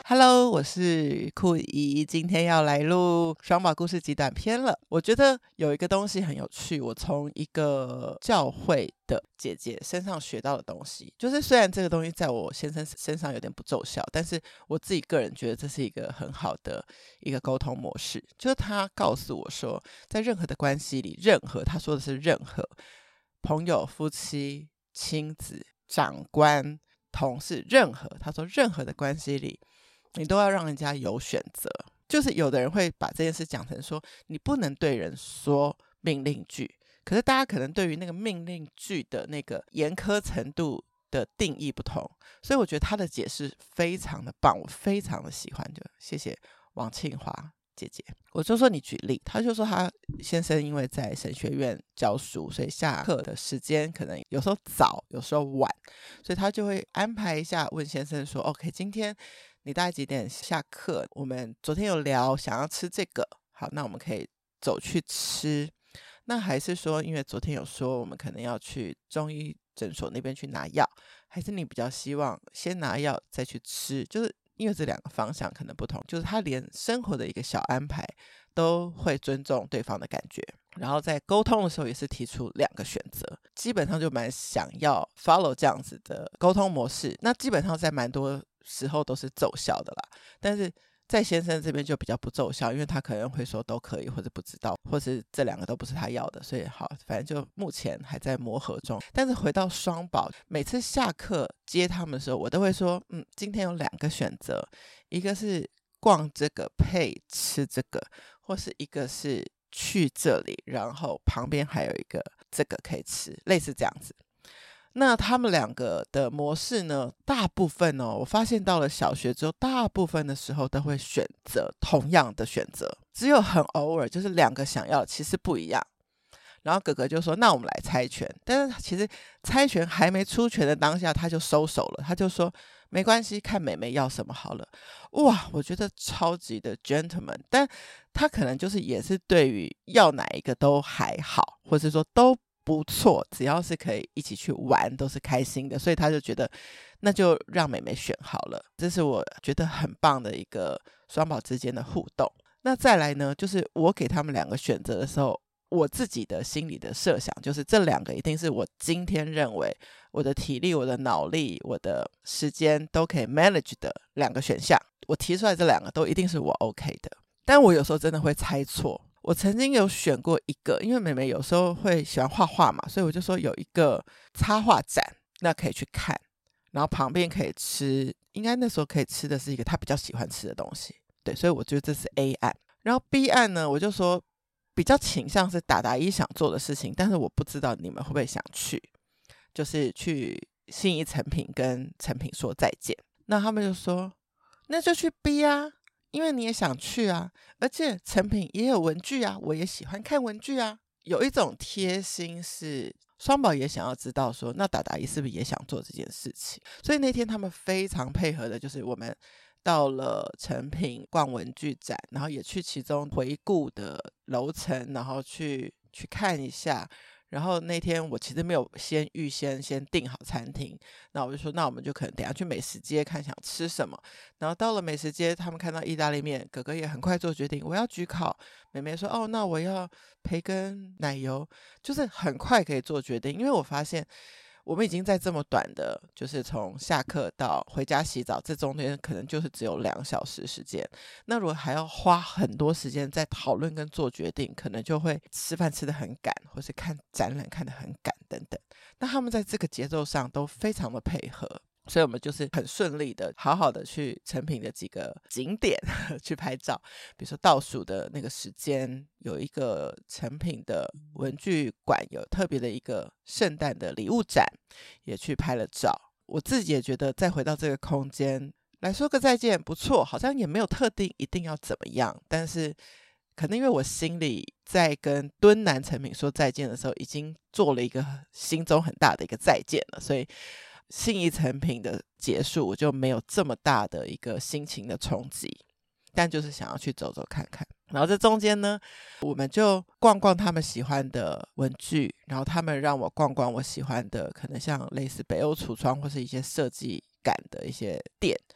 Hello，我是酷姨，今天要来录双宝故事极短篇了。我觉得有一个东西很有趣，我从一个教会的姐姐身上学到的东西，就是虽然这个东西在我先生身上有点不奏效，但是我自己个人觉得这是一个很好的一个沟通模式。就是他告诉我说，在任何的关系里，他说的是任何朋友、夫妻、亲子、长官、同事，他说任何的关系里，你都要让人家有选择。就是有的人会把这件事讲成说，你不能对人说命令句，可是大家可能对于那个命令句的那个严苛程度的定义不同，所以我觉得他的解释非常的棒，我非常的喜欢，就谢谢王庆华姐姐。我就说你举例，他就说他先生因为在神学院教书，所以下课的时间可能有时候早有时候晚，所以他就会安排一下，问先生说 OK 今天你大概几点下课，我们昨天有聊想要吃这个，好，那我们可以走去吃。那还是说因为昨天有说我们可能要去中医诊所那边去拿药，还是你比较希望先拿药再去吃，就是因为这两个方向可能不同，就是他连生活的一个小安排都会尊重对方的感觉，然后在沟通的时候也是提出两个选择，基本上就蛮想要 follow 这样子的沟通模式。那基本上在蛮多时候都是奏效的啦，但是在先生这边就比较不奏效，因为他可能会说都可以，或者不知道，或是这两个都不是他要的，所以好，反正就目前还在磨合中。但是回到双宝，每次下课接他们的时候，我都会说，今天有两个选择，一个是逛这个配吃这个，或是一个是去这里，然后旁边还有一个这个可以吃，类似这样子。那他们两个的模式呢，大部分我发现到了小学之后，大部分的时候都会选择同样的选择，只有很偶尔就是两个想要其实不一样。然后哥哥就说那我们来猜拳，但是其实猜拳还没出拳的当下他就收手了，他就说没关系，看妹妹要什么好了。哇，我觉得超级的 gentleman， 但他可能就是也是对于要哪一个都还好，或是说都不错，只要是可以一起去玩都是开心的，所以他就觉得那就让妹妹选好了。这是我觉得很棒的一个双宝之间的互动。那再来呢，就是我给他们两个选择的时候，我自己的心里的设想就是这两个一定是我今天认为我的体力、我的脑力、我的时间都可以 manage 的两个选项，我提出来这两个都一定是我 OK 的。但我有时候真的会猜错，我曾经有选过一个，因为妹妹有时候会喜欢画画嘛，所以我就说有一个插画展，那可以去看，然后旁边可以吃，应该那时候可以吃的是一个她比较喜欢吃的东西，对，所以我觉得这是 A 案。然后 B 案呢，我就说比较倾向是达一想做的事情，但是我不知道你们会不会想去，就是去信义诚品跟诚品说再见。那他们就说那就去 B 啊，因为你也想去啊，而且诚品也有文具啊，我也喜欢看文具啊。有一种贴心是双宝也想要知道说，那达一是不是也想做这件事情，所以那天他们非常配合的，就是我们到了诚品逛文具展，然后也去其中回顾的楼层，然后去看一下。然后那天我其实没有预先订好餐厅，那我就说那我们就可能等一下去美食街看想吃什么。然后到了美食街，他们看到意大利面，哥哥也很快做决定，我要焗烤，妹妹说哦那我要培根奶油，就是很快可以做决定。因为我发现我们已经在这么短的，就是从下课到回家洗澡，这中间可能就是只有2小时时间。那如果还要花很多时间在讨论跟做决定，可能就会吃饭吃得很赶，或是看展览看得很赶等等。那他们在这个节奏上都非常的配合，所以我们就是很顺利的好好的去诚品的几个景点去拍照，比如说倒数的那个时间，有一个诚品的文具馆有特别的一个圣诞的礼物展，也去拍了照。我自己也觉得再回到这个空间来说个再见不错，好像也没有特定一定要怎么样，但是可能因为我心里在跟敦南诚品说再见的时候已经做了一个心中很大的一个再见了，所以信义诚品的结束我就没有这么大的一个心情的冲击，但就是想要去走走看看。然后这中间呢，我们就逛逛他们喜欢的文具，然后他们让我逛逛我喜欢的，可能像类似北欧橱窗或是一些设计感的一些店，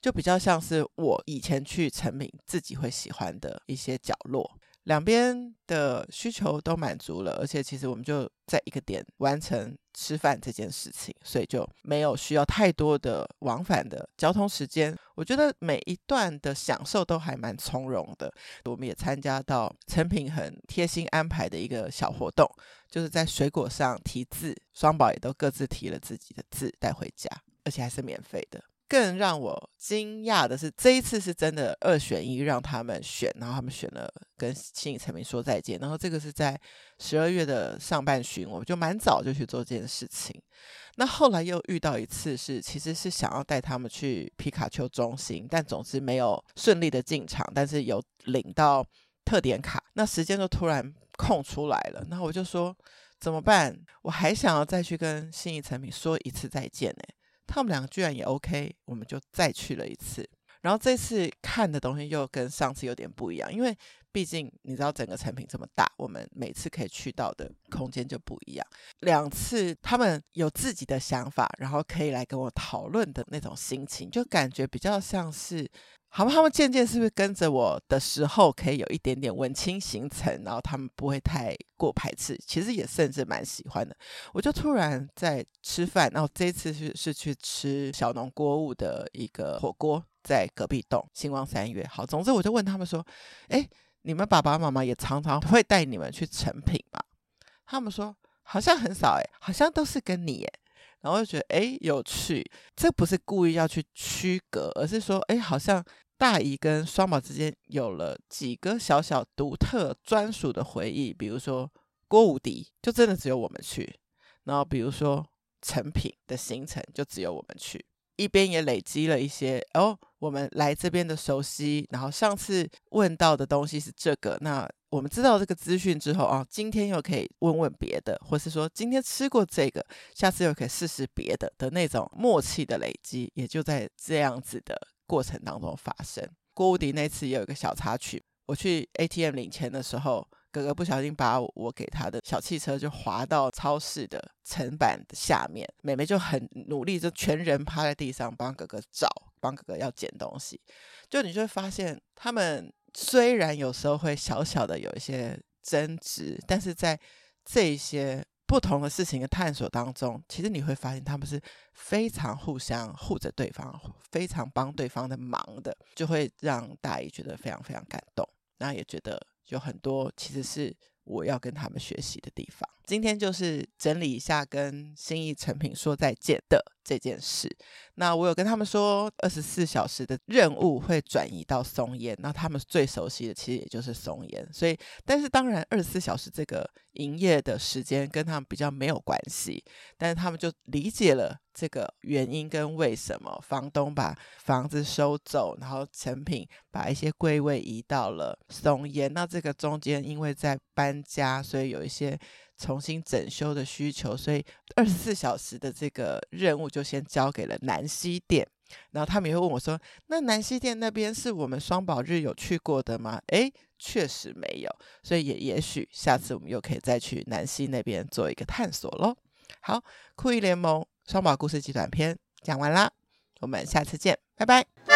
就比较像是我以前去成品自己会喜欢的一些角落。两边的需求都满足了，而且其实我们就在一个点完成吃饭这件事情，所以就没有需要太多的往返的交通时间。我觉得每一段的享受都还蛮从容的。我们也参加到成品很贴心安排的一个小活动，就是在水果上题字，双宝也都各自题了自己的字带回家，而且还是免费的。更让我惊讶的是，这一次是真的2选1让他们选，然后他们选了跟信义成品说再见，然后这个是在12月的上半旬，我们就蛮早就去做这件事情。那后来又遇到一次其实是想要带他们去皮卡丘中心，但总之没有顺利的进场，但是有领到特点卡，那时间就突然空出来了，然后我就说怎么办，我还想要再去跟信义成品说一次再见他们两个居然也 OK， 我们就再去了一次。然后这次看的东西又跟上次有点不一样，因为毕竟你知道整个成品这么大，我们每次可以去到的空间就不一样。2次他们有自己的想法，然后可以来跟我讨论的那种心情，就感觉比较像是好吧，他们渐渐是不是跟着我的时候可以有一点点文青行程，然后他们不会太过排斥，其实也甚至蛮喜欢的。我就突然在吃饭，然后这一次是去吃小农锅物的一个火锅，在隔壁栋星光三月。好，总之我就问他们说，你们爸爸妈妈也常常会带你们去成品吗？他们说好像很少好像都是跟你然后就觉得有趣，这不是故意要去区隔，而是说好像大姨跟双宝之间有了几个小小独特专属的回忆，比如说郭无敌就真的只有我们去，然后比如说成品的行程就只有我们去，一边也累积了一些我们来这边的熟悉，然后上次问到的东西是这个，那我们知道这个资讯之后今天又可以问问别的，或是说今天吃过这个，下次又可以试试别的那种默契的累积，也就在这样子的过程当中发生。郭无敌那次也有一个小插曲，我去 ATM 领钱的时候，哥哥不小心把我给他的小汽车就滑到超市的层板的下面，妹妹就很努力，就全人趴在地上帮哥哥找，帮哥哥要捡东西。就你就会发现他们虽然有时候会小小的有一些争执，但是在这些不同的事情的探索当中，其实你会发现他们是非常互相护着对方，非常帮对方的忙的，就会让大姨觉得非常非常感动，然后也觉得有很多其实是我要跟他们学习的地方。今天就是整理一下跟信义成品说再见的这件事。那我有跟他们说24小时的任务会转移到松烟，那他们最熟悉的其实也就是松烟，所以但是当然24小时这个营业的时间跟他们比较没有关系，但是他们就理解了这个原因跟为什么房东把房子收走，然后成品把一些柜位移到了松烟，那这个中间因为在搬家，所以有一些重新整修的需求，所以24小时的这个任务就先交给了南西店。然后他们也会问我说，那南西店那边是我们双宝日有去过的吗？确实没有，所以也许下次我们又可以再去南西那边做一个探索咯。好，酷艺联盟双宝故事集短篇讲完啦，我们下次见，拜拜。